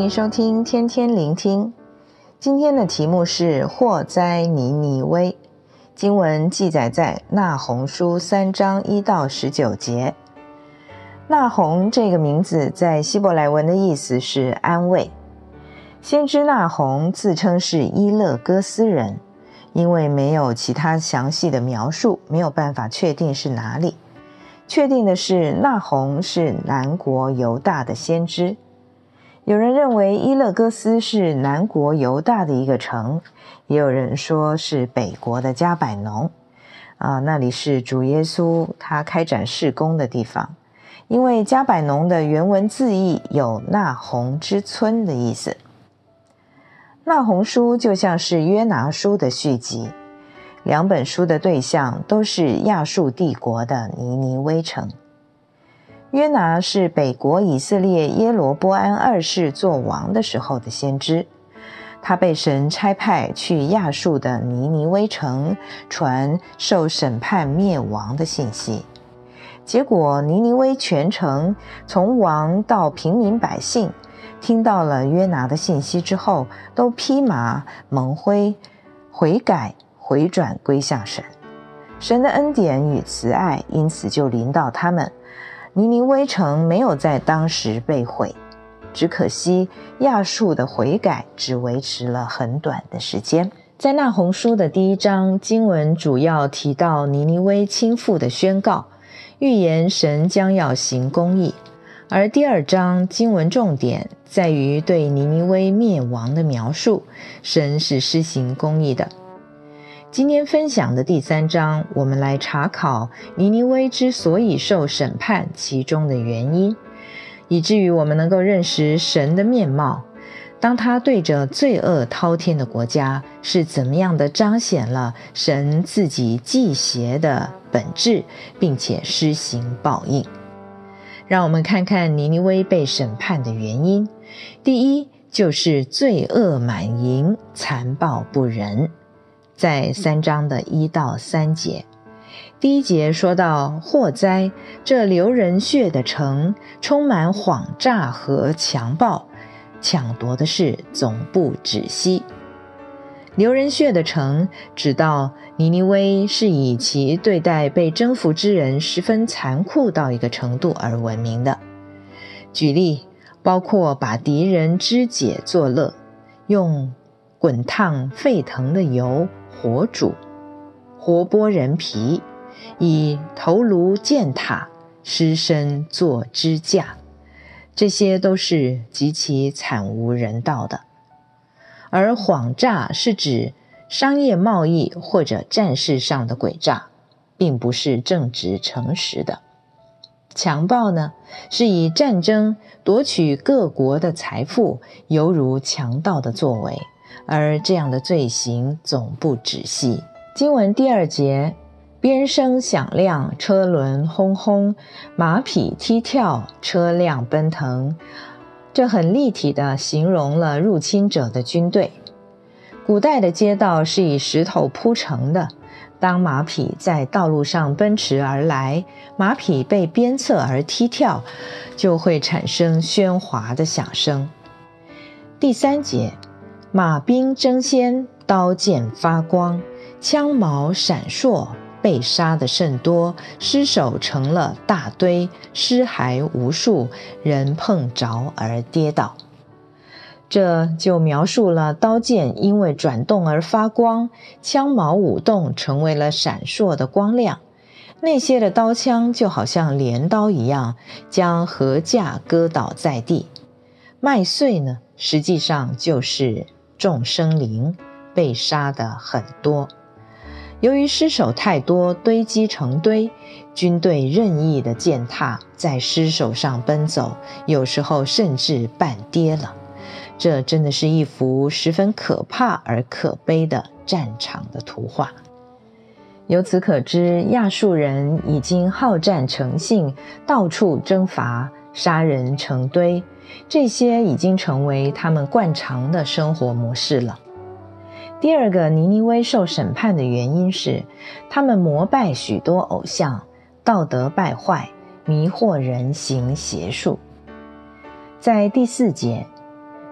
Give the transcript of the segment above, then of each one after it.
迎收听天天聆听。今天的题目是祸灾尼尼微，经文记载在那鸿书3章1到19节。那鸿这个名字在希伯来文的意思是安慰。先知那鸿自称是伊勒哥斯人，因为没有其他详细的描述，没有办法确定是哪里。确定的是，那鸿是南国犹大的先知。有人认为伊勒哥斯是南国犹大的一个城，也有人说是北国的加百农那里是主耶稣他开展事工的地方。因为加百农的原文字义有那鸿之村的意思。那鸿书就像是约拿书的续集，两本书的对象都是亚述帝国的尼尼微城。约拿是北国以色列耶罗波安2世做王的时候的先知，他被神差派去亚述的尼尼微城传受审判灭亡的信息。结果尼尼微全城从王到平民百姓听到了约拿的信息之后，都披麻蒙灰，悔改回转归向神。神的恩典与慈爱因此就临到他们。尼尼微城没有在当时被毁，只可惜亚述的悔改只维持了很短的时间。在那鸿书的第1章，经文主要提到尼尼微倾覆的宣告，预言神将要行公义。而第2章经文重点在于对尼尼微灭亡的描述，神是施行公义的。今天分享的第3章，我们来查考尼尼微之所以受审判其中的原因，以至于我们能够认识神的面貌，当他对着罪恶滔天的国家是怎么样的彰显了神自己忌邪的本质，并且施行报应。让我们看看尼尼微被审判的原因。第一，就是罪恶满盈，残暴不仁。在3章的1到3节，第1节说到祸灾，这流人血的城充满谎诈和强暴，抢夺的事总不止息。流人血的城指到尼尼微是以其对待被征服之人十分残酷到一个程度而闻名的。举例包括把敌人肢解作乐，用滚烫沸腾的油火煮，活剥人皮，以头颅践踏，尸身做支架，这些都是极其惨无人道的。而谎诈是指商业贸易或者战事上的诡诈，并不是正直诚实的。强暴呢，是以战争夺取各国的财富，犹如强盗的作为，而这样的罪行总不止息。经文第2节，鞭声响亮，车轮轰轰，马匹踢跳，车辆奔腾，这很立体地形容了入侵者的军队。古代的街道是以石头铺成的，当马匹在道路上奔驰而来，马匹被鞭策而踢跳，就会产生喧哗的响声。第3节，马兵争先，刀剑发光，枪矛闪烁，被杀的甚多，尸首成了大堆，尸骸无数，人碰着而跌倒。这就描述了刀剑因为转动而发光，枪矛舞动成为了闪烁的光亮。那些的刀枪就好像镰刀一样，将禾稼割倒在地。麦穗呢，实际上就是众生灵，被杀的很多。由于尸首太多，堆积成堆，军队任意的践踏，在尸首上奔走，有时候甚至半跌了。这真的是一幅十分可怕而可悲的战场的图画。由此可知，亚述人已经好战成性，到处征伐，杀人成堆，这些已经成为他们惯常的生活模式了。第2个尼尼微受审判的原因是，他们膜拜许多偶像，道德败坏，迷惑人行邪术。在第4节，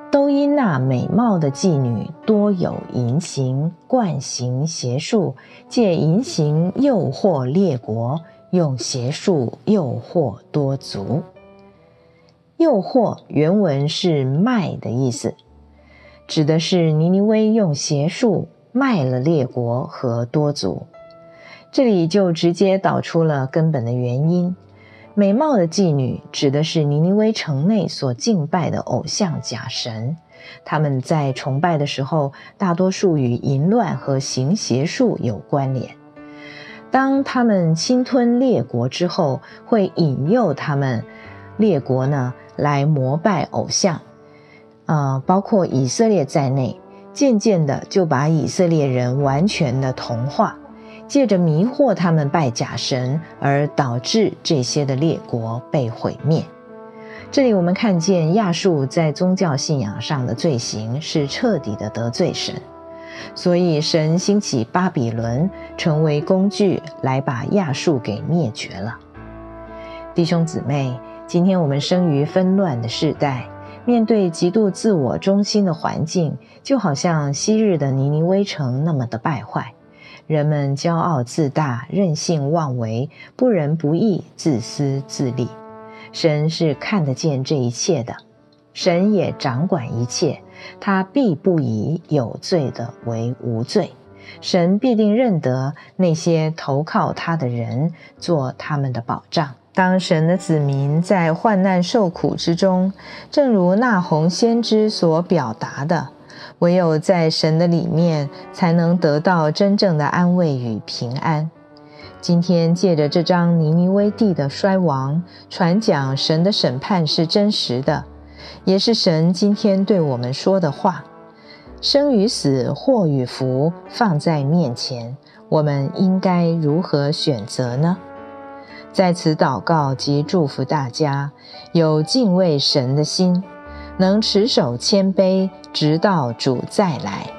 都因那美貌的妓女多有淫行、惯行邪术，借淫行诱惑列国，用邪术诱惑多族。诱惑原文是卖的意思，指的是尼尼微用邪术卖了列国和多族。这里就直接导出了根本的原因。美貌的妓女指的是尼尼微城内所敬拜的偶像假神，他们在崇拜的时候，大多数与淫乱和行邪术有关联。当他们侵吞列国之后，会引诱他们列国呢来膜拜偶像，包括以色列在内，渐渐的就把以色列人完全的同化，借着迷惑他们拜假神，而导致这些的列国被毁灭。这里我们看见亚述在宗教信仰上的罪行是彻底的得罪神，所以神兴起巴比伦成为工具来把亚述给灭绝了。弟兄姊妹，今天我们生于纷乱的世代，面对极度自我中心的环境，就好像昔日的尼尼微城那么的败坏。人们骄傲自大，任性妄为，不仁不义，自私自利。神是看得见这一切的，神也掌管一切，他必不以有罪的为无罪。神必定认得那些投靠他的人，做他们的保障。当神的子民在患难受苦之中，正如那鸿先知所表达的，唯有在神的里面，才能得到真正的安慰与平安。今天借着这张尼尼微地的衰亡，传讲神的审判是真实的，也是神今天对我们说的话。生与死，祸与福放在面前，我们应该如何选择呢？在此祷告及祝福大家有敬畏神的心，能持守谦卑，直到主再来。